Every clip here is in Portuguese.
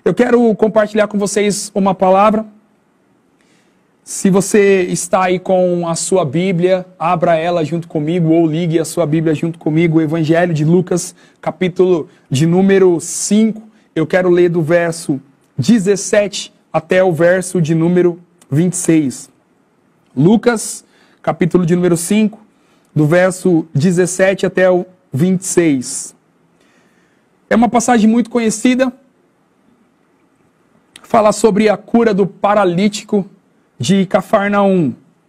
Eu quero compartilhar com vocês uma palavra. Se você está aí com a sua Bíblia, abra ela junto comigo ou ligue a sua Bíblia junto comigo. O Evangelho de Lucas, capítulo de número 5. Eu quero ler do verso 17 até o verso de número 26. Lucas, capítulo de número 5, do verso 17 até o 26. É uma passagem muito conhecida. Fala sobre a cura do paralítico de Cafarnaum.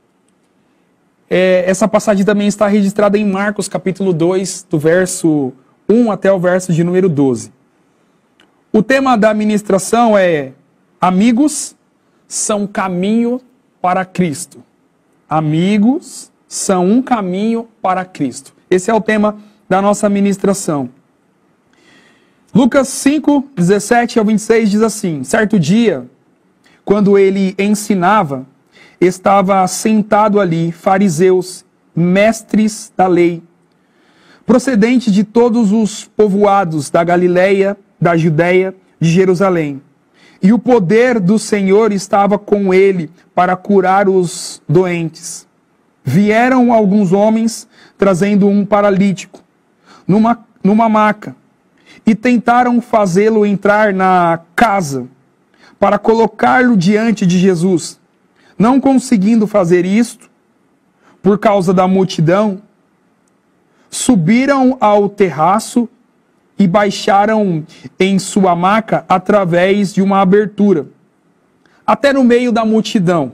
Essa passagem também está registrada em Marcos, capítulo 2, do verso 1 até o verso de número 12. O tema da ministração é: amigos são caminho para Cristo. Amigos são um caminho para Cristo. Esse é o tema da nossa ministração. Lucas 5, 17 ao 26 diz assim: certo dia, quando ele ensinava, estava sentado ali fariseus, mestres da lei, procedentes de todos os povoados da Galileia, da Judéia, de Jerusalém. E o poder do Senhor estava com ele para curar os doentes. Vieram alguns homens trazendo um paralítico numa maca, e tentaram fazê-lo entrar na casa para colocá-lo diante de Jesus. Não conseguindo fazer isto, por causa da multidão, subiram ao terraço e baixaram em sua maca através de uma abertura, até no meio da multidão.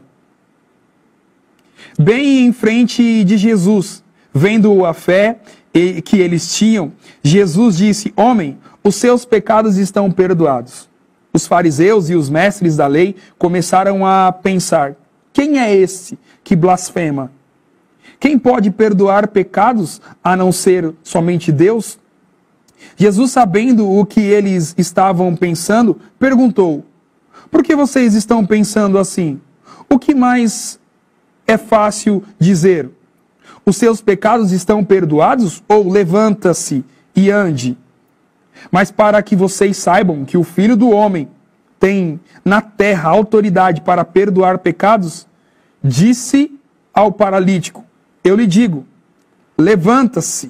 Bem em frente de Jesus, vendo a fé que eles tinham, Jesus disse: homem, os seus pecados estão perdoados. Os fariseus e os mestres da lei começaram a pensar: quem é esse que blasfema? Quem pode perdoar pecados a não ser somente Deus? Jesus, sabendo o que eles estavam pensando, perguntou: por que vocês estão pensando assim? O que mais é fácil dizer? Os seus pecados estão perdoados? Ou levanta-se e ande? Mas para que vocês saibam que o Filho do Homem tem na terra autoridade para perdoar pecados, disse ao paralítico: eu lhe digo, levanta-se.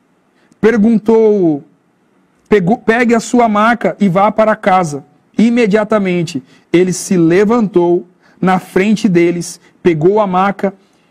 Pegue a sua maca e vá para casa. Imediatamente ele se levantou na frente deles, pegou a maca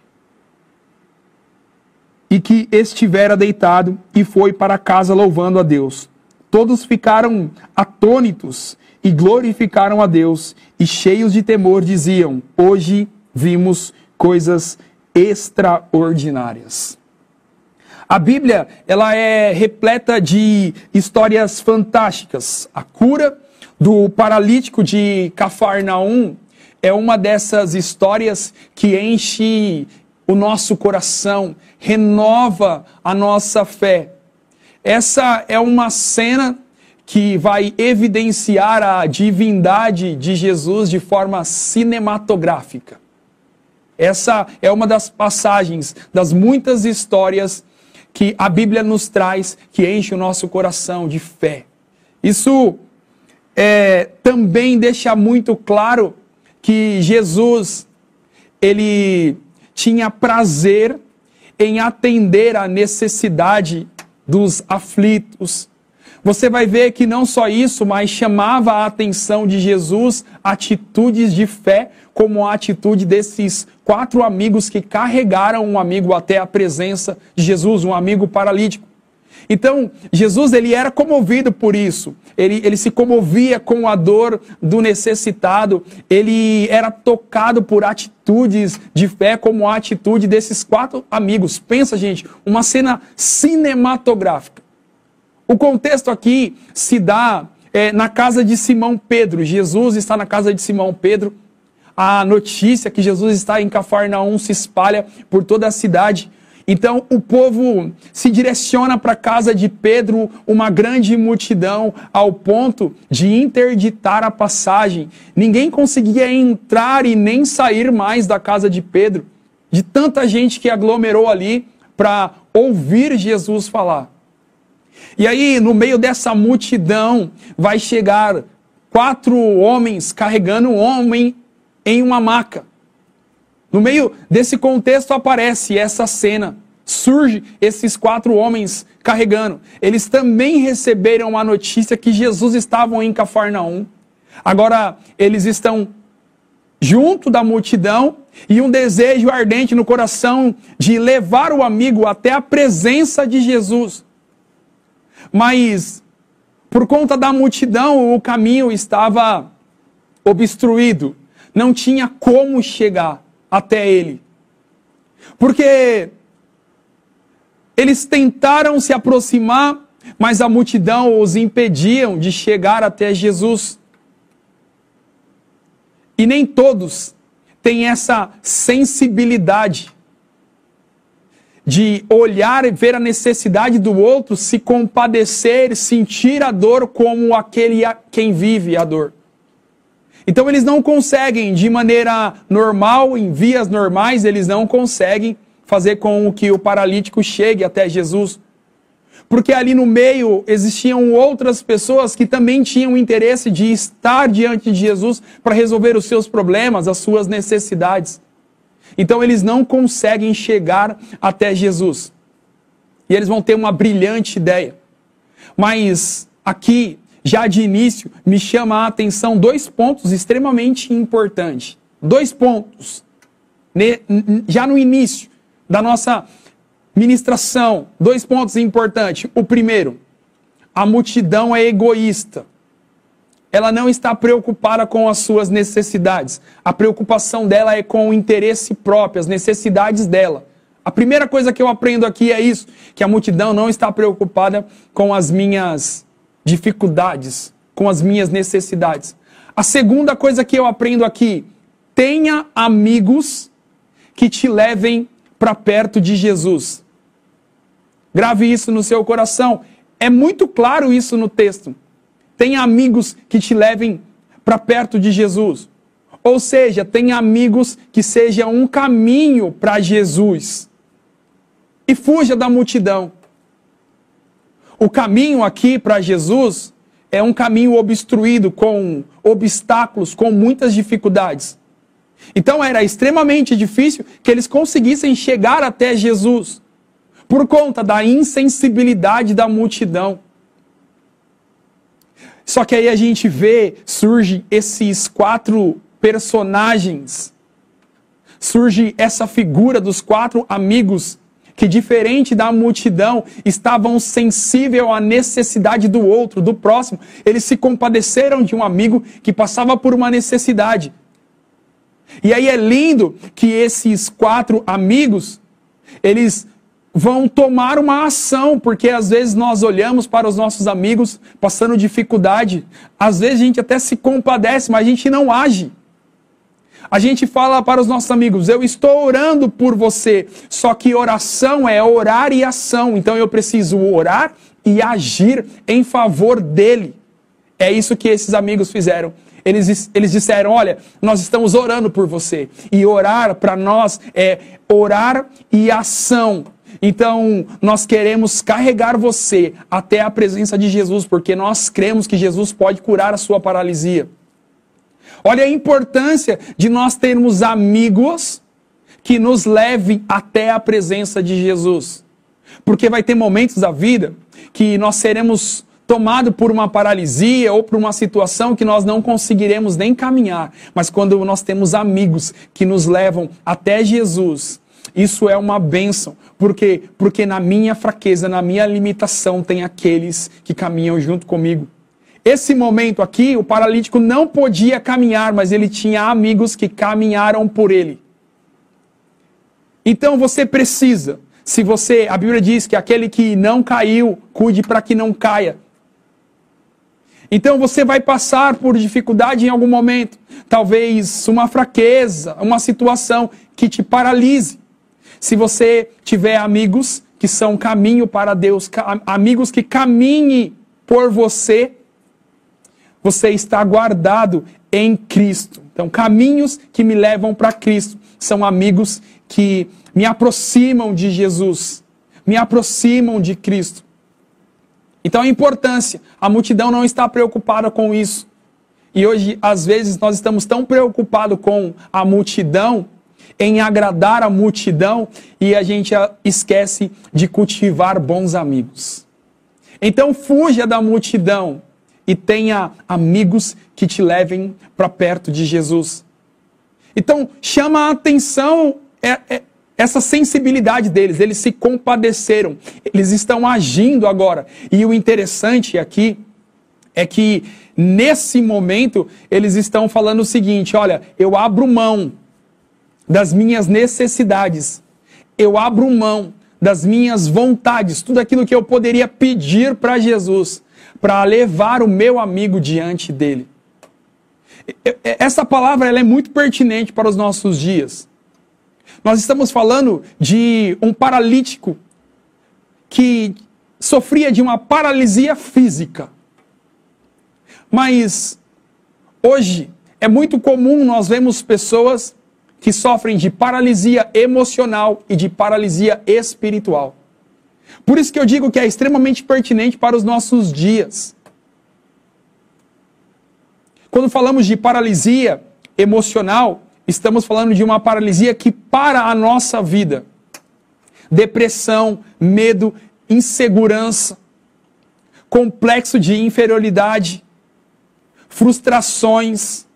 e que estivera deitado, e foi para casa louvando a Deus. Todos ficaram atônitos e glorificaram a Deus, e cheios de temor diziam: hoje vimos coisas extraordinárias. A Bíblia, ela é repleta de histórias fantásticas. A cura do paralítico de Cafarnaum é uma dessas histórias que enche o nosso coração, renova a nossa fé. Essa é uma cena que vai evidenciar a divindade de Jesus de forma cinematográfica. Essa é uma das passagens, das muitas histórias que a Bíblia nos traz, que enche o nosso coração de fé. Isso também deixa muito claro que Jesus, ele tinha prazer em atender à necessidade dos aflitos. Você vai ver que não só isso, mas chamava a atenção de Jesus atitudes de fé, como a atitude desses 4 amigos que carregaram um amigo até a presença de Jesus, um amigo paralítico. Então, Jesus, ele era comovido por isso. Ele se comovia com a dor do necessitado. Ele era tocado por atitudes de fé, como a atitude desses 4 amigos. Pensa, gente, uma cena cinematográfica. O contexto aqui se dá na casa de Simão Pedro. Jesus está na casa de Simão Pedro. A notícia que Jesus está em Cafarnaum se espalha por toda a cidade. Então o povo se direciona para a casa de Pedro, uma grande multidão, ao ponto de interditar a passagem. Ninguém conseguia entrar e nem sair mais da casa de Pedro, de tanta gente que aglomerou ali para ouvir Jesus falar. E aí, no meio dessa multidão, vai chegar 4 homens carregando um homem em uma maca. No meio desse contexto aparece essa cena. Surge esses 4 homens carregando. Eles também receberam a notícia que Jesus estava em Cafarnaum. Agora eles estão junto da multidão e um desejo ardente no coração de levar o amigo até a presença de Jesus. Mas, por conta da multidão, o caminho estava obstruído. Não tinha como chegar até ele. Porque eles tentaram se aproximar, mas a multidão os impediam de chegar até Jesus. E nem todos têm essa sensibilidade de olhar e ver a necessidade do outro, se compadecer, sentir a dor como aquele a quem vive a dor. Então eles não conseguem, de maneira normal, em vias normais, eles não conseguem fazer com que o paralítico chegue até Jesus. Porque ali no meio existiam outras pessoas que também tinham interesse de estar diante de Jesus para resolver os seus problemas, as suas necessidades. Então eles não conseguem chegar até Jesus. E eles vão ter uma brilhante ideia. Mas aqui, já de início, me chama a atenção 2 pontos extremamente importantes. 2 pontos. Já no início da nossa ministração, 2 pontos importantes. O primeiro, a multidão é egoísta. Ela não está preocupada com as suas necessidades. A preocupação dela é com o interesse próprio, as necessidades dela. A primeira coisa que eu aprendo aqui é isso, que a multidão não está preocupada com as minhas dificuldades, com as minhas necessidades. A segunda coisa que eu aprendo aqui, tenha amigos que te levem para perto de Jesus. Grave isso no seu coração. É muito claro isso no texto. Tenha amigos que te levem para perto de Jesus. Ou seja, tenha amigos que sejam um caminho para Jesus. E fuja da multidão. O caminho aqui para Jesus é um caminho obstruído, com obstáculos, com muitas dificuldades. Então era extremamente difícil que eles conseguissem chegar até Jesus, por conta da insensibilidade da multidão. Só que aí a gente vê, surge esses 4 personagens, surge essa figura dos 4 amigos, que diferente da multidão, estavam sensíveis à necessidade do outro, do próximo. Eles se compadeceram de um amigo que passava por uma necessidade. E aí é lindo que esses 4 amigos, eles vão tomar uma ação, porque às vezes nós olhamos para os nossos amigos passando dificuldade, às vezes a gente até se compadece, mas a gente não age. A gente fala para os nossos amigos, eu estou orando por você, só que oração é orar e ação, então eu preciso orar e agir em favor dele. É isso que esses amigos fizeram. Eles disseram, olha, nós estamos orando por você. E orar para nós é orar e ação. Então, nós queremos carregar você até a presença de Jesus, porque nós cremos que Jesus pode curar a sua paralisia. Olha a importância de nós termos amigos que nos levem até a presença de Jesus. Porque vai ter momentos da vida que nós seremos tomados por uma paralisia ou por uma situação que nós não conseguiremos nem caminhar. Mas quando nós temos amigos que nos levam até Jesus, isso é uma bênção. Por quê? Porque na minha fraqueza, na minha limitação, tem aqueles que caminham junto comigo. Esse momento aqui, o paralítico não podia caminhar, mas ele tinha amigos que caminharam por ele. Então você precisa, a Bíblia diz que aquele que não caiu, cuide para que não caia. Então você vai passar por dificuldade em algum momento, talvez uma fraqueza, uma situação que te paralise. Se você tiver amigos que são caminho para Deus, amigos que caminhem por você, você está guardado em Cristo. Então, caminhos que me levam para Cristo são amigos que me aproximam de Jesus, me aproximam de Cristo. Então, a importância, a multidão não está preocupada com isso. E hoje, às vezes, nós estamos tão preocupados com a multidão, em agradar a multidão, e a gente esquece de cultivar bons amigos. Então, fuja da multidão e tenha amigos que te levem para perto de Jesus. Então, chama a atenção essa sensibilidade deles. Eles se compadeceram. Eles estão agindo agora. E o interessante aqui é que, nesse momento, eles estão falando o seguinte: olha, eu abro mão das minhas necessidades. Eu abro mão das minhas vontades. Tudo aquilo que eu poderia pedir para Jesus, para levar o meu amigo diante dele. Essa palavra ela é muito pertinente para os nossos dias. Nós estamos falando de um paralítico que sofria de uma paralisia física. Mas hoje é muito comum nós vemos pessoas que sofrem de paralisia emocional e de paralisia espiritual. Por isso que eu digo que é extremamente pertinente para os nossos dias. Quando falamos de paralisia emocional, estamos falando de uma paralisia que para a nossa vida. Depressão, medo, insegurança, complexo de inferioridade, frustrações,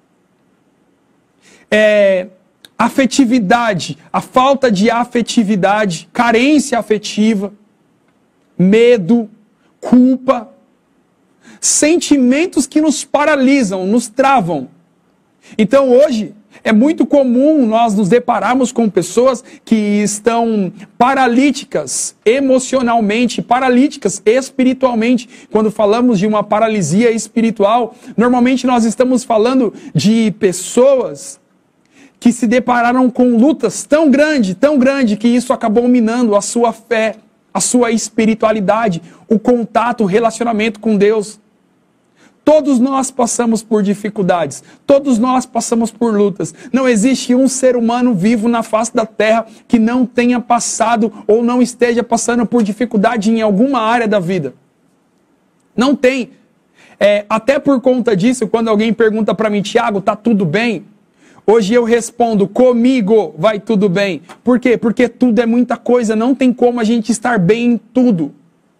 afetividade, a falta de afetividade, carência afetiva, medo, culpa, sentimentos que nos paralisam, nos travam. Então hoje é muito comum nós nos depararmos com pessoas que estão paralíticas emocionalmente, paralíticas espiritualmente. Quando falamos de uma paralisia espiritual, normalmente nós estamos falando de pessoas que se depararam com lutas tão grande, que isso acabou minando a sua fé, a sua espiritualidade, o contato, o relacionamento com Deus. Todos nós passamos por dificuldades, todos nós passamos por lutas. Não existe um ser humano vivo na face da terra que não tenha passado ou não esteja passando por dificuldade em alguma área da vida. Não tem. Até por conta disso, quando alguém pergunta para mim: Tiago, tá tudo bem? Hoje eu respondo: comigo vai tudo bem. Por quê? Porque tudo é muita coisa, não tem como a gente estar bem em tudo.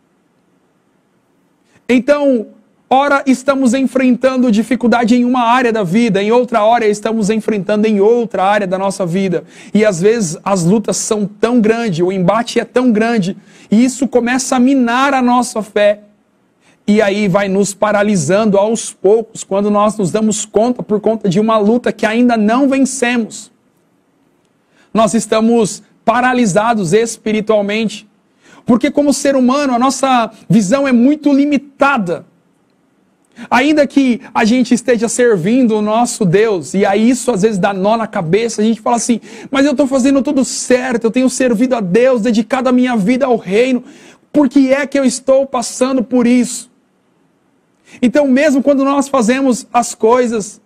Então, ora estamos enfrentando dificuldade em uma área da vida, em outra hora estamos enfrentando em outra área da nossa vida. E às vezes as lutas são tão grandes, o embate é tão grande, e isso começa a minar a nossa fé. E aí vai nos paralisando aos poucos, quando nós nos damos conta, por conta de uma luta que ainda não vencemos. Nós estamos paralisados espiritualmente, porque como ser humano a nossa visão é muito limitada. Ainda que a gente esteja servindo o nosso Deus, e aí isso às vezes dá nó na cabeça, a gente fala assim: mas eu estou fazendo tudo certo, eu tenho servido a Deus, dedicado a minha vida ao reino, por que é que eu estou passando por isso? Então mesmo quando nós fazemos as coisas,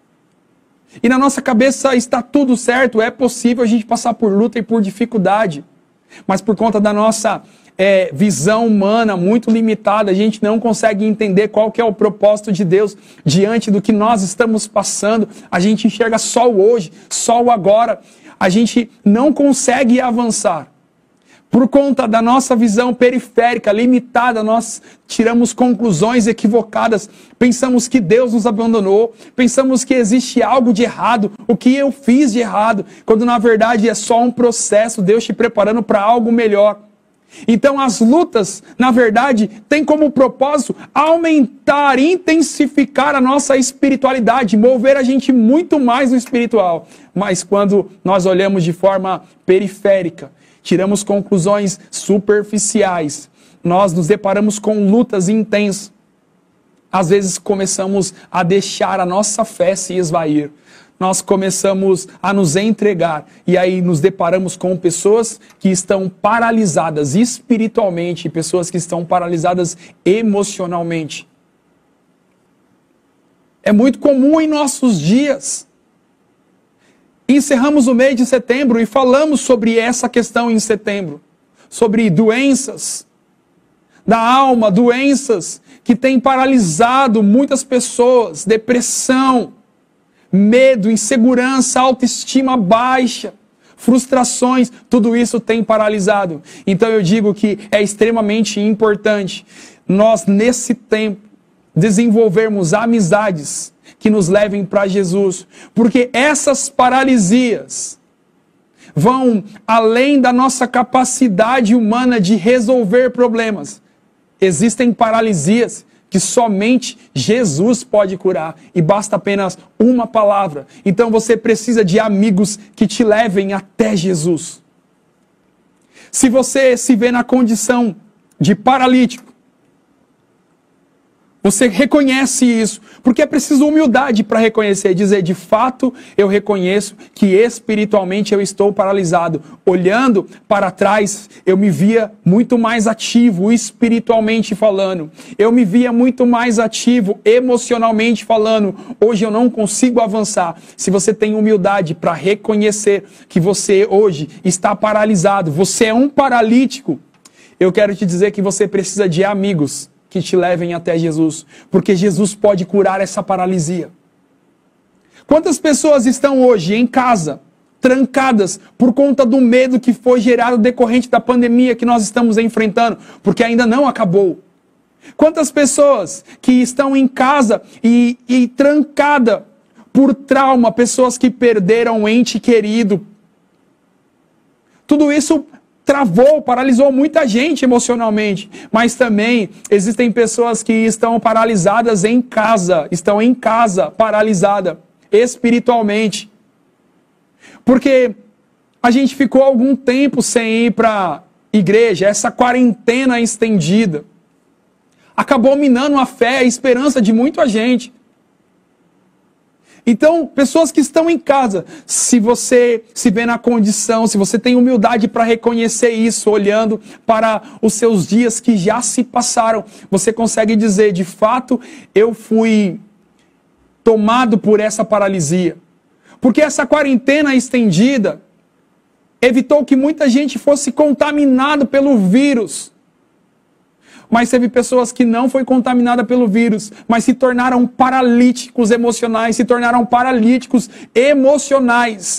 e na nossa cabeça está tudo certo, é possível a gente passar por luta e por dificuldade, mas por conta da nossa visão humana muito limitada, a gente não consegue entender qual que é o propósito de Deus diante do que nós estamos passando. A gente enxerga só o hoje, só o agora. A gente não consegue avançar. Por conta da nossa visão periférica, limitada, nós tiramos conclusões equivocadas. Pensamos que Deus nos abandonou, pensamos que existe algo de errado, o que eu fiz de errado, quando na verdade é só um processo, Deus te preparando para algo melhor. Então as lutas, na verdade, têm como propósito aumentar, intensificar a nossa espiritualidade, mover a gente muito mais no espiritual. Mas quando nós olhamos de forma periférica, tiramos conclusões superficiais, nós nos deparamos com lutas intensas. Às vezes começamos a deixar a nossa fé se esvair. Nós começamos a nos entregar e aí nos deparamos com pessoas que estão paralisadas espiritualmente, pessoas que estão paralisadas emocionalmente. É muito comum em nossos dias. Encerramos o mês de setembro e falamos sobre essa questão em setembro, sobre doenças da alma, doenças que têm paralisado muitas pessoas, depressão, medo, insegurança, autoestima baixa, frustrações, tudo isso tem paralisado. Então eu digo que é extremamente importante nós, nesse tempo, desenvolvermos amizades que nos levem para Jesus, porque essas paralisias vão além da nossa capacidade humana de resolver problemas. Existem paralisias que somente Jesus pode curar e basta apenas uma palavra. Então você precisa de amigos que te levem até Jesus. Se você se vê na condição de paralítico, você reconhece isso, porque é preciso humildade para reconhecer, dizer, de fato, eu reconheço que espiritualmente eu estou paralisado. Olhando para trás, eu me via muito mais ativo, espiritualmente falando. Eu me via muito mais ativo, emocionalmente falando. Hoje eu não consigo avançar. Se você tem humildade para reconhecer que você hoje está paralisado, você é um paralítico, eu quero te dizer que você precisa de amigos que te levem até Jesus, porque Jesus pode curar essa paralisia. Quantas pessoas estão hoje em casa, trancadas, por conta do medo que foi gerado decorrente da pandemia que nós estamos enfrentando, porque ainda não acabou? Quantas pessoas que estão em casa e trancada por trauma, pessoas que perderam um ente querido? Tudo isso travou, paralisou muita gente emocionalmente, mas também existem pessoas que estão paralisadas em casa, paralisada espiritualmente, porque a gente ficou algum tempo sem ir para igreja, essa quarentena estendida acabou minando a fé, a esperança de muita gente. Então, pessoas que estão em casa, se você se vê na condição, se você tem humildade para reconhecer isso, olhando para os seus dias que já se passaram, você consegue dizer, de fato, eu fui tomado por essa paralisia. Porque essa quarentena estendida evitou que muita gente fosse contaminada pelo vírus. Mas teve pessoas que não foi contaminada pelo vírus, mas se tornaram paralíticos emocionais, se tornaram paralíticos emocionais.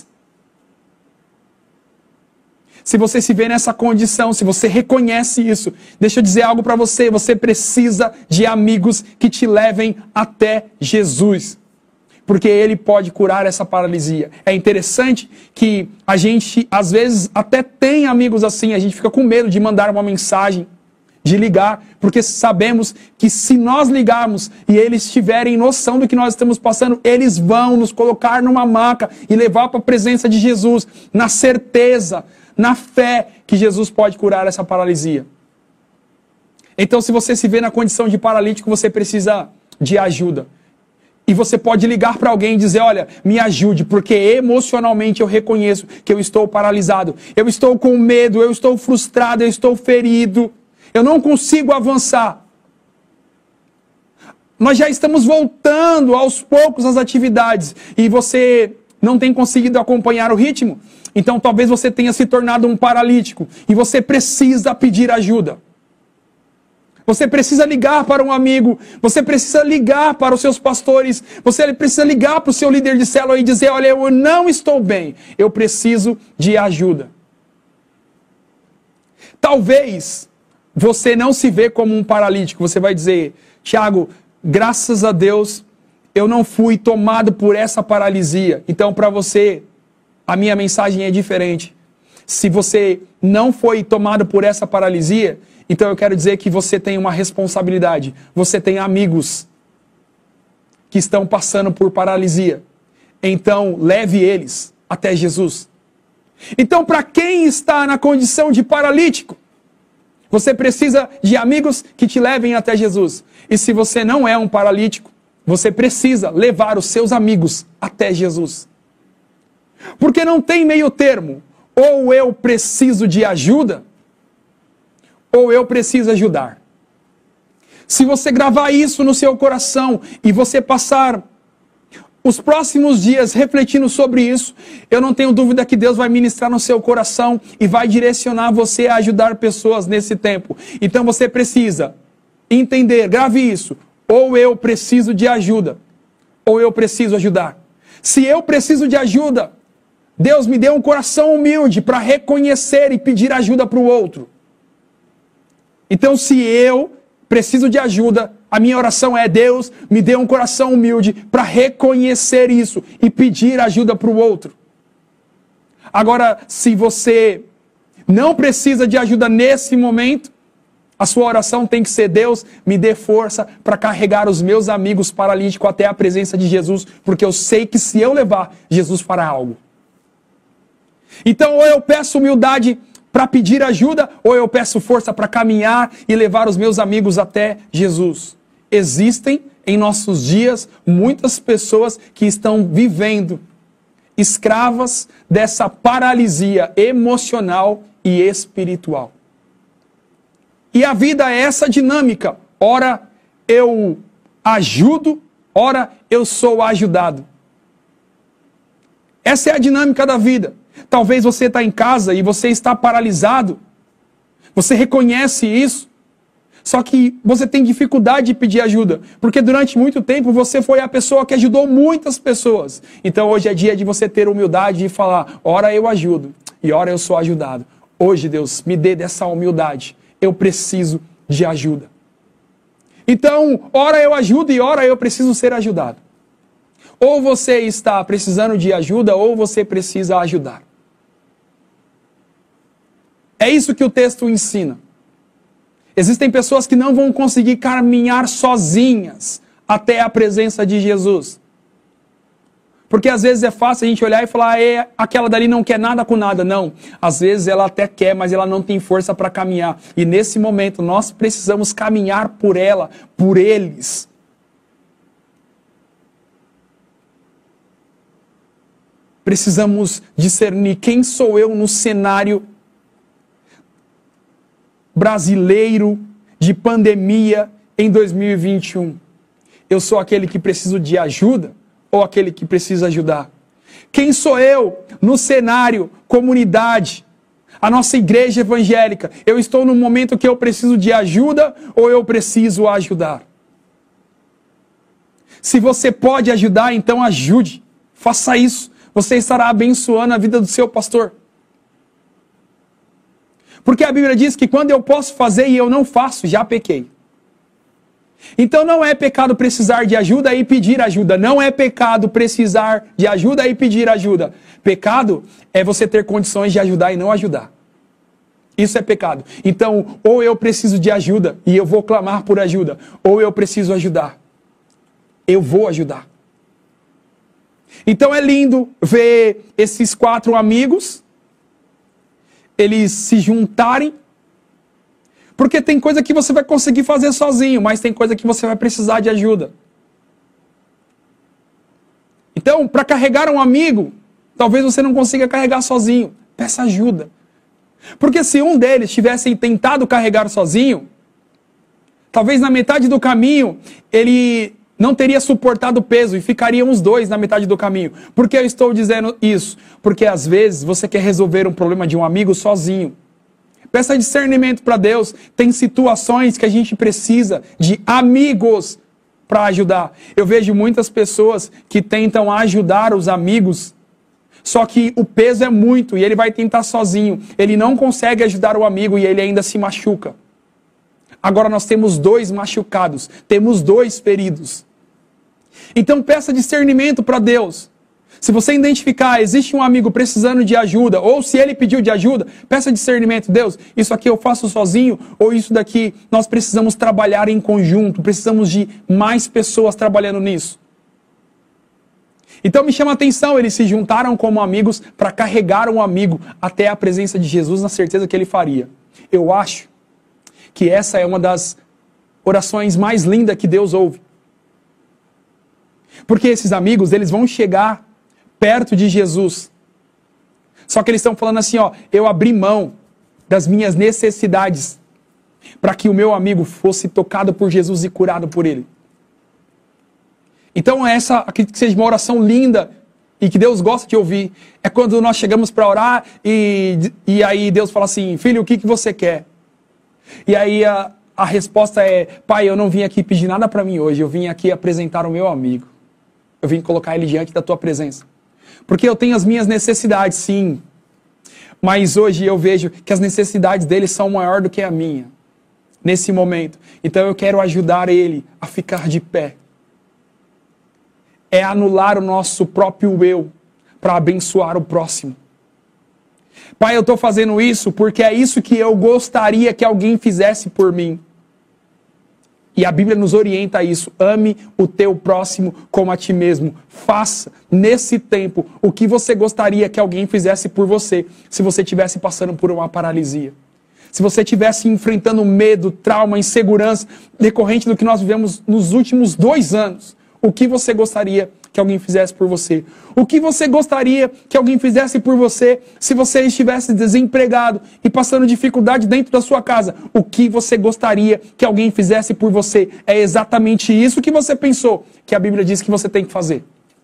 Se você se vê nessa condição, se você reconhece isso, deixa eu dizer algo para você, você precisa de amigos que te levem até Jesus, porque Ele pode curar essa paralisia. É interessante que a gente, às vezes, até tem amigos assim, a gente fica com medo de mandar uma mensagem, de ligar, porque sabemos que se nós ligarmos e eles tiverem noção do que nós estamos passando, eles vão nos colocar numa maca e levar para a presença de Jesus, na certeza, na fé que Jesus pode curar essa paralisia. Então, se você se vê na condição de paralítico, você precisa de ajuda. E você pode ligar para alguém e dizer, olha, me ajude, porque emocionalmente eu reconheço que eu estou paralisado. Eu estou com medo, eu estou frustrado, eu estou ferido. Eu não consigo avançar. Nós já estamos voltando aos poucos às atividades e você não tem conseguido acompanhar o ritmo. Então talvez você tenha se tornado um paralítico e você precisa pedir ajuda. Você precisa ligar para um amigo, você precisa ligar para os seus pastores, você precisa ligar para o seu líder de célula e dizer, olha, eu não estou bem, eu preciso de ajuda. Talvez você não se vê como um paralítico. Você vai dizer, Tiago, graças a Deus, eu não fui tomado por essa paralisia. Então, para você, a minha mensagem é diferente. Se você não foi tomado por essa paralisia, então eu quero dizer que você tem uma responsabilidade. Você tem amigos que estão passando por paralisia. Então, leve eles até Jesus. Então, para quem está na condição de paralítico, você precisa de amigos que te levem até Jesus. E se você não é um paralítico, você precisa levar os seus amigos até Jesus. Porque não tem meio termo. Ou eu preciso de ajuda, ou eu preciso ajudar. Se você gravar isso no seu coração e você passar os próximos dias refletindo sobre isso, eu não tenho dúvida que Deus vai ministrar no seu coração e vai direcionar você a ajudar pessoas nesse tempo. Então você precisa entender, grave isso, ou eu preciso de ajuda, ou eu preciso ajudar. Se eu preciso de ajuda, Deus me deu um coração humilde para reconhecer e pedir ajuda para o outro. Então, se eu preciso de ajuda, a minha oração é: Deus, me dê um coração humilde para reconhecer isso e pedir ajuda para o outro. Agora, se você não precisa de ajuda nesse momento, a sua oração tem que ser: Deus, me dê força para carregar os meus amigos paralíticos até a presença de Jesus, porque eu sei que se eu levar, Jesus fará algo. Então, ou eu peço humildade para pedir ajuda, ou eu peço força para caminhar e levar os meus amigos até Jesus. Existem em nossos dias muitas pessoas que estão vivendo escravas dessa paralisia emocional e espiritual. E a vida é essa dinâmica. Ora eu ajudo, ora eu sou ajudado. Essa é a dinâmica da vida. Talvez você está em casa e você está paralisado. Você reconhece isso. Só que você tem dificuldade de pedir ajuda. Porque durante muito tempo você foi a pessoa que ajudou muitas pessoas. Então hoje é dia de você ter humildade e falar: ora eu ajudo e ora eu sou ajudado. Hoje, Deus, me dê dessa humildade. Eu preciso de ajuda. Então, ora eu ajudo e ora eu preciso ser ajudado. Ou você está precisando de ajuda, ou você precisa ajudar. É isso que o texto ensina. Existem pessoas que não vão conseguir caminhar sozinhas até a presença de Jesus. Porque às vezes é fácil a gente olhar e falar: aquela dali não quer nada com nada. Não, às vezes ela até quer, mas ela não tem força para caminhar. E nesse momento nós precisamos caminhar por ela, por eles. Precisamos discernir quem sou eu no cenário brasileiro de pandemia em 2021. Eu sou aquele que preciso de ajuda ou aquele que precisa ajudar? Quem sou eu no cenário comunidade, a nossa igreja evangélica? Eu estou no momento que eu preciso de ajuda ou eu preciso ajudar? Se você pode ajudar, então ajude. Faça isso. Você estará abençoando a vida do seu pastor. Porque a Bíblia diz que quando eu posso fazer e eu não faço, já pequei. Então não é pecado precisar de ajuda e pedir ajuda. Não é pecado precisar de ajuda e pedir ajuda. Pecado é você ter condições de ajudar e não ajudar. Isso é pecado. Então, ou eu preciso de ajuda e eu vou clamar por ajuda, ou eu preciso ajudar. Eu vou ajudar. Então é lindo ver esses 4 amigos, eles se juntarem, porque tem coisa que você vai conseguir fazer sozinho, mas tem coisa que você vai precisar de ajuda. Então, para carregar um amigo, talvez você não consiga carregar sozinho. Peça ajuda. Porque se um deles tivesse tentado carregar sozinho, talvez na metade do caminho, ele não teria suportado o peso e ficariam os dois na metade do caminho. Por que eu estou dizendo isso? Porque às vezes você quer resolver um problema de um amigo sozinho. Peça discernimento para Deus. Tem situações que a gente precisa de amigos para ajudar. Eu vejo muitas pessoas que tentam ajudar os amigos, só que o peso é muito e ele vai tentar sozinho. Ele não consegue ajudar o amigo e ele ainda se machuca. Agora nós temos 2 machucados, temos 2 feridos. Então peça discernimento para Deus. Se você identificar, existe um amigo precisando de ajuda, ou se ele pediu de ajuda, peça discernimento. Deus, isso aqui eu faço sozinho, ou isso daqui nós precisamos trabalhar em conjunto, precisamos de mais pessoas trabalhando nisso. Então me chama a atenção, eles se juntaram como amigos para carregar um amigo até a presença de Jesus, na certeza que ele faria. Eu acho que essa é uma das orações mais lindas que Deus ouve. Porque esses amigos, eles vão chegar perto de Jesus. Só que eles estão falando assim, ó, eu abri mão das minhas necessidades para que o meu amigo fosse tocado por Jesus e curado por ele. Então acredito que seja uma oração linda e que Deus gosta de ouvir. É quando nós chegamos para orar e aí Deus fala assim, filho, o que você quer? E aí a resposta é, pai, eu não vim aqui pedir nada para mim hoje, eu vim aqui apresentar o meu amigo. Eu vim colocar ele diante da tua presença. Porque eu tenho as minhas necessidades, sim. Mas hoje eu vejo que as necessidades dele são maior do que a minha. Nesse momento. Então eu quero ajudar ele a ficar de pé. É anular o nosso próprio eu para abençoar o próximo. Pai, eu estou fazendo isso porque é isso que eu gostaria que alguém fizesse por mim. E a Bíblia nos orienta a isso. Ame o teu próximo como a ti mesmo. Faça, nesse tempo, o que você gostaria que alguém fizesse por você, se você estivesse passando por uma paralisia. Se você estivesse enfrentando medo, trauma, insegurança, decorrente do que nós vivemos nos últimos 2 anos. O que você gostaria que alguém fizesse por você? O que você gostaria que alguém fizesse por você se você estivesse desempregado e passando dificuldade dentro da sua casa? O que você gostaria que alguém fizesse por você? É exatamente isso que você pensou que a Bíblia diz que você tem que fazer.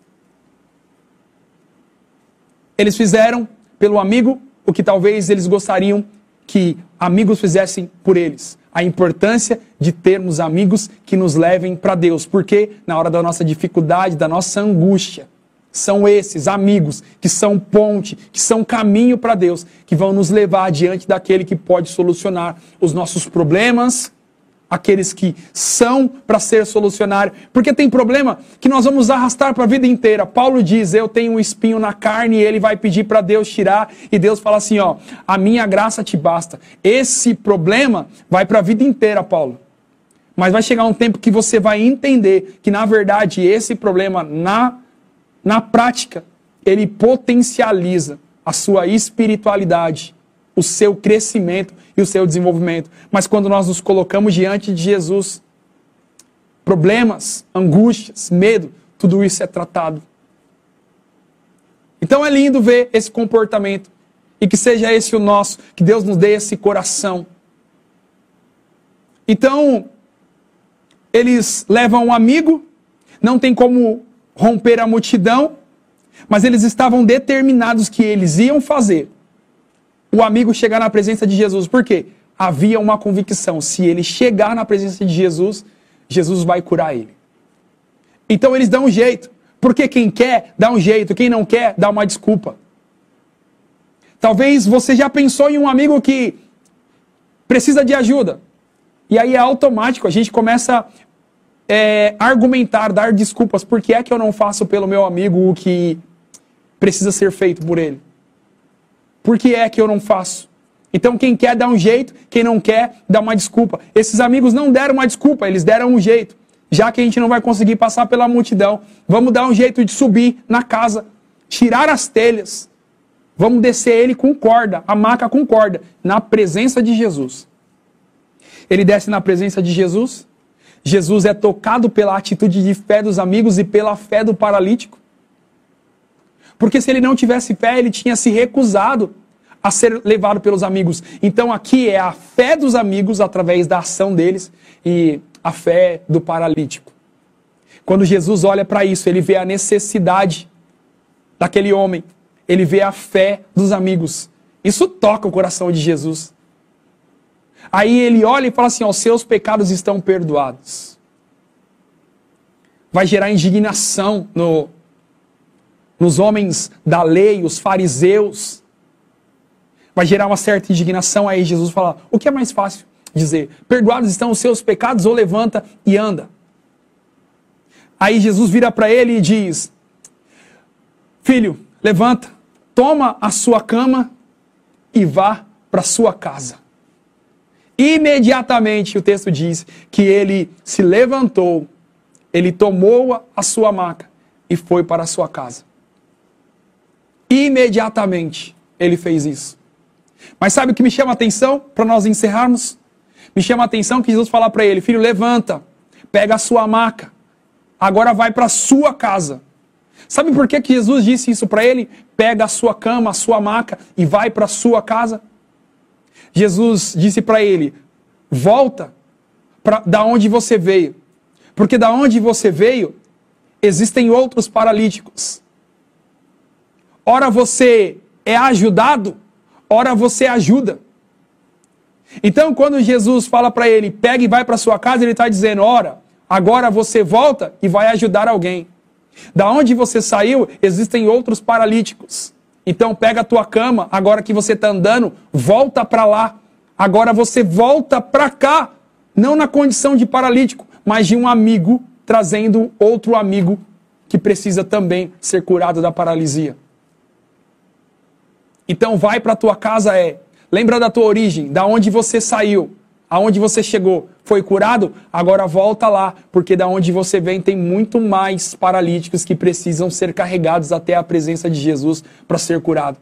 Eles fizeram pelo amigo o que talvez eles gostariam que amigos fizessem por eles. A importância de termos amigos que nos levem para Deus. Porque na hora da nossa dificuldade, da nossa angústia, são esses amigos que são ponte, que são caminho para Deus, que vão nos levar diante daquele que pode solucionar os nossos problemas, aqueles que são para ser solucionados. Porque tem problema que nós vamos arrastar para a vida inteira. Paulo diz, eu tenho um espinho na carne, e ele vai pedir para Deus tirar, e Deus fala assim, ó, a minha graça te basta. Esse problema vai para a vida inteira, Paulo. Mas vai chegar um tempo que você vai entender que, na verdade, esse problema, na prática, ele potencializa a sua espiritualidade, o seu crescimento e o seu desenvolvimento. Mas quando nós nos colocamos diante de Jesus, problemas, angústias, medo, tudo isso é tratado. Então é lindo ver esse comportamento e que seja esse o nosso, que Deus nos dê esse coração. Então, eles levam um amigo, não tem como romper a multidão, mas eles estavam determinados que eles iam fazer o amigo chegar na presença de Jesus. Por quê? Havia uma convicção. Se ele chegar na presença de Jesus, Jesus vai curar ele. Então eles dão um jeito. Porque quem quer, dá um jeito. Quem não quer, dá uma desculpa. Talvez você já pensou em um amigo que precisa de ajuda. E aí é automático. A gente começa a argumentar, dar desculpas. Por que é que eu não faço pelo meu amigo o que precisa ser feito por ele? Por que é que eu não faço? Então quem quer dá um jeito, quem não quer dá uma desculpa. Esses amigos não deram uma desculpa, eles deram um jeito. Já que a gente não vai conseguir passar pela multidão, vamos dar um jeito de subir na casa, tirar as telhas. Vamos descer ele com corda, a maca com corda, na presença de Jesus. Ele desce na presença de Jesus. Jesus é tocado pela atitude de fé dos amigos e pela fé do paralítico. Porque se ele não tivesse fé, ele tinha se recusado a ser levado pelos amigos. Então aqui é a fé dos amigos através da ação deles e a fé do paralítico. Quando Jesus olha para isso, ele vê a necessidade daquele homem. Ele vê a fé dos amigos. Isso toca o coração de Jesus. Aí ele olha e fala assim, os seus pecados estão perdoados. Vai gerar indignação nos homens da lei, os fariseus. Vai gerar uma certa indignação. Aí Jesus fala, o que é mais fácil dizer? Perdoados estão os seus pecados, ou levanta e anda. Aí Jesus vira para ele e diz, filho, levanta, toma a sua cama e vá para sua casa. Imediatamente o texto diz que ele se levantou, ele tomou a sua maca e foi para a sua casa. Imediatamente ele fez isso. Mas sabe o que me chama a atenção para nós encerrarmos? Me chama a atenção que Jesus fala para ele, filho, levanta, pega a sua maca, agora vai para a sua casa. Sabe por que Jesus disse isso para ele? Pega a sua cama, a sua maca e vai para a sua casa. Jesus disse para ele, volta da onde você veio. Porque da onde você veio, existem outros paralíticos. Ora você é ajudado, ora você ajuda. Então, quando Jesus fala para ele, pega e vai para sua casa, ele está dizendo, ora, agora você volta e vai ajudar alguém. Da onde você saiu, existem outros paralíticos. Então, pega a tua cama, agora que você está andando, volta para lá. Agora você volta para cá, não na condição de paralítico, mas de um amigo, trazendo outro amigo que precisa também ser curado da paralisia. Então, vai para a tua casa, lembra da tua origem, da onde você saiu, aonde você chegou, foi curado? Agora volta lá, porque da onde você vem tem muito mais paralíticos que precisam ser carregados até a presença de Jesus para ser curado.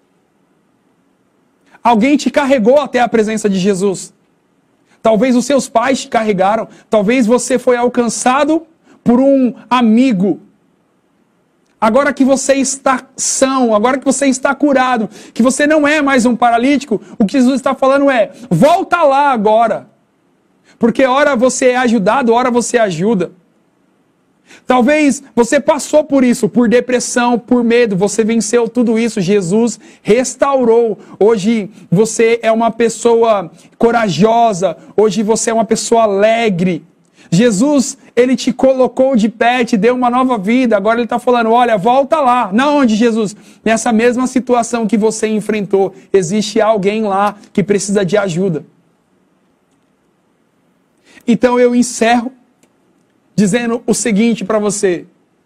Alguém te carregou até a presença de Jesus. Talvez os seus pais te carregaram, talvez você foi alcançado por um amigo. Agora que você está são, agora que você está curado, que você não é mais um paralítico, o que Jesus está falando é, volta lá agora. Porque ora você é ajudado, ora você ajuda. Talvez você passou por isso, por depressão, por medo, você venceu tudo isso, Jesus restaurou. Hoje você é uma pessoa corajosa, hoje você é uma pessoa alegre. Jesus, ele te colocou de pé, te deu uma nova vida. Agora ele está falando, olha, volta lá. Na onde, Jesus? Nessa mesma situação que você enfrentou. Existe alguém lá que precisa de ajuda. Então eu encerro dizendo o seguinte para você.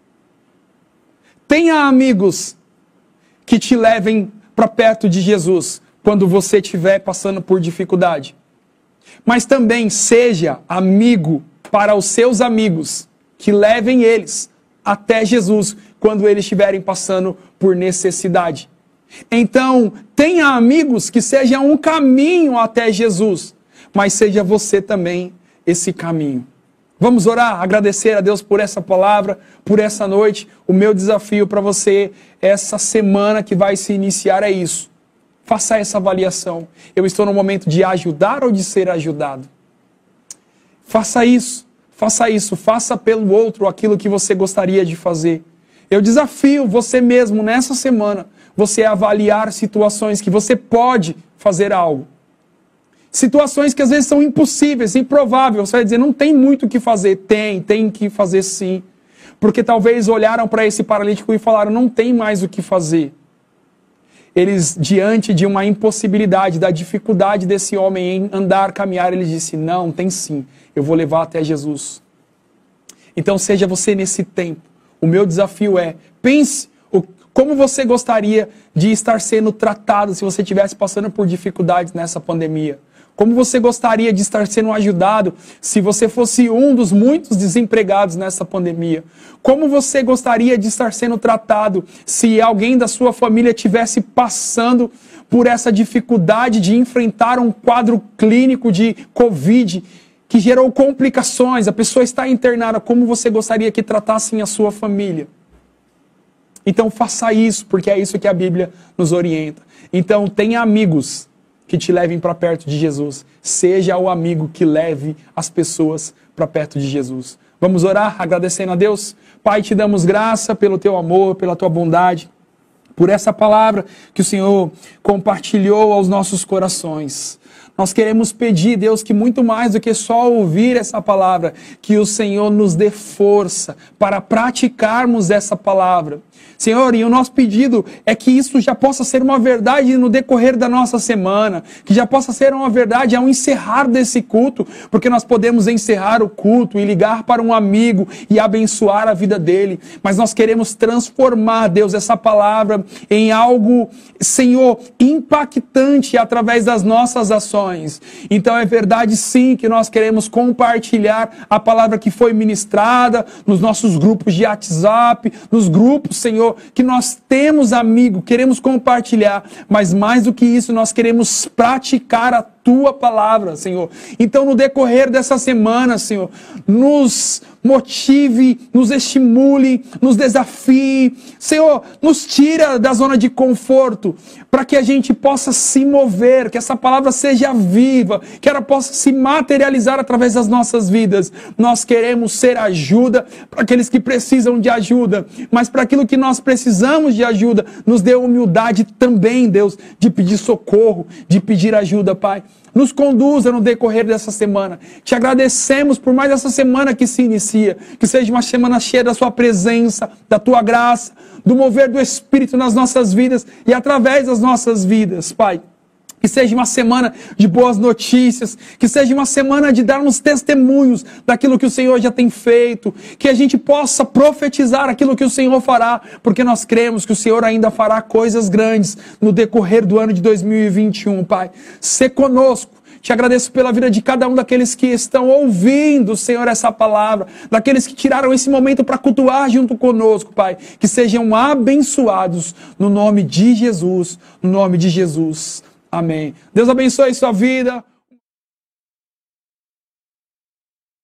Tenha amigos que te levem para perto de Jesus quando você estiver passando por dificuldade. Mas também seja amigo para os seus amigos, que levem eles até Jesus quando eles estiverem passando por necessidade. Então, tenha amigos que sejam um caminho até Jesus, mas seja você também esse caminho. Vamos orar, agradecer a Deus por essa palavra, por essa noite. O meu desafio para você, essa semana que vai se iniciar é isso. Faça essa avaliação. Eu estou no momento de ajudar ou de ser ajudado? Faça isso, faça pelo outro aquilo que você gostaria de fazer. Eu desafio você mesmo nessa semana, você a avaliar situações que você pode fazer algo. Situações que às vezes são impossíveis, improváveis. Você vai dizer, não tem muito o que fazer. Tem que fazer sim. Porque talvez olharam para esse paralítico e falaram, não tem mais o que fazer. Eles, diante de uma impossibilidade, da dificuldade desse homem em andar, caminhar, ele disse, não, tem sim, eu vou levar até Jesus. Então seja você nesse tempo. O meu desafio é, pense como você gostaria de estar sendo tratado se você estivesse passando por dificuldades nessa pandemia. Como você gostaria de estar sendo ajudado se você fosse um dos muitos desempregados nessa pandemia? Como você gostaria de estar sendo tratado se alguém da sua família estivesse passando por essa dificuldade de enfrentar um quadro clínico de Covid que gerou complicações, a pessoa está internada, como você gostaria que tratassem a sua família? Então faça isso, porque é isso que a Bíblia nos orienta. Então tenha amigos que te levem para perto de Jesus. Seja o amigo que leve as pessoas para perto de Jesus. Vamos orar agradecendo a Deus? Pai, te damos graça pelo teu amor, pela tua bondade, por essa palavra que o Senhor compartilhou aos nossos corações. Nós queremos pedir, Deus, que muito mais do que só ouvir essa palavra, que o Senhor nos dê força para praticarmos essa palavra. Senhor, e o nosso pedido é que isso já possa ser uma verdade no decorrer da nossa semana, que já possa ser uma verdade ao encerrar desse culto, porque nós podemos encerrar o culto e ligar para um amigo e abençoar a vida dele, mas nós queremos transformar, Deus, essa palavra em algo, Senhor, impactante através das nossas ações. Então é verdade sim que nós queremos compartilhar a palavra que foi ministrada nos nossos grupos de WhatsApp, nos grupos, Senhor, que nós temos amigo, queremos compartilhar, mas mais do que isso, nós queremos praticar a tua palavra, Senhor. Então, no decorrer dessa semana, Senhor, nos motive, nos estimule, nos desafie. Senhor, nos tira da zona de conforto, para que a gente possa se mover, que essa palavra seja viva, que ela possa se materializar através das nossas vidas. Nós queremos ser ajuda para aqueles que precisam de ajuda, mas para aquilo que nós precisamos de ajuda, nos dê humildade também, Deus, de pedir socorro, de pedir ajuda, Pai. Nos conduza no decorrer dessa semana. Te agradecemos por mais essa semana que se inicia. Que seja uma semana cheia da sua presença, da tua graça, do mover do Espírito nas nossas vidas e através das nossas vidas, Pai. Que seja uma semana de boas notícias, que seja uma semana de darmos testemunhos daquilo que o Senhor já tem feito, que a gente possa profetizar aquilo que o Senhor fará, porque nós cremos que o Senhor ainda fará coisas grandes no decorrer do ano de 2021, Pai. Sê conosco. Te agradeço pela vida de cada um daqueles que estão ouvindo, Senhor, essa palavra, daqueles que tiraram esse momento para cultuar junto conosco, Pai. Que sejam abençoados no nome de Jesus, no nome de Jesus. Amém. Deus abençoe sua vida.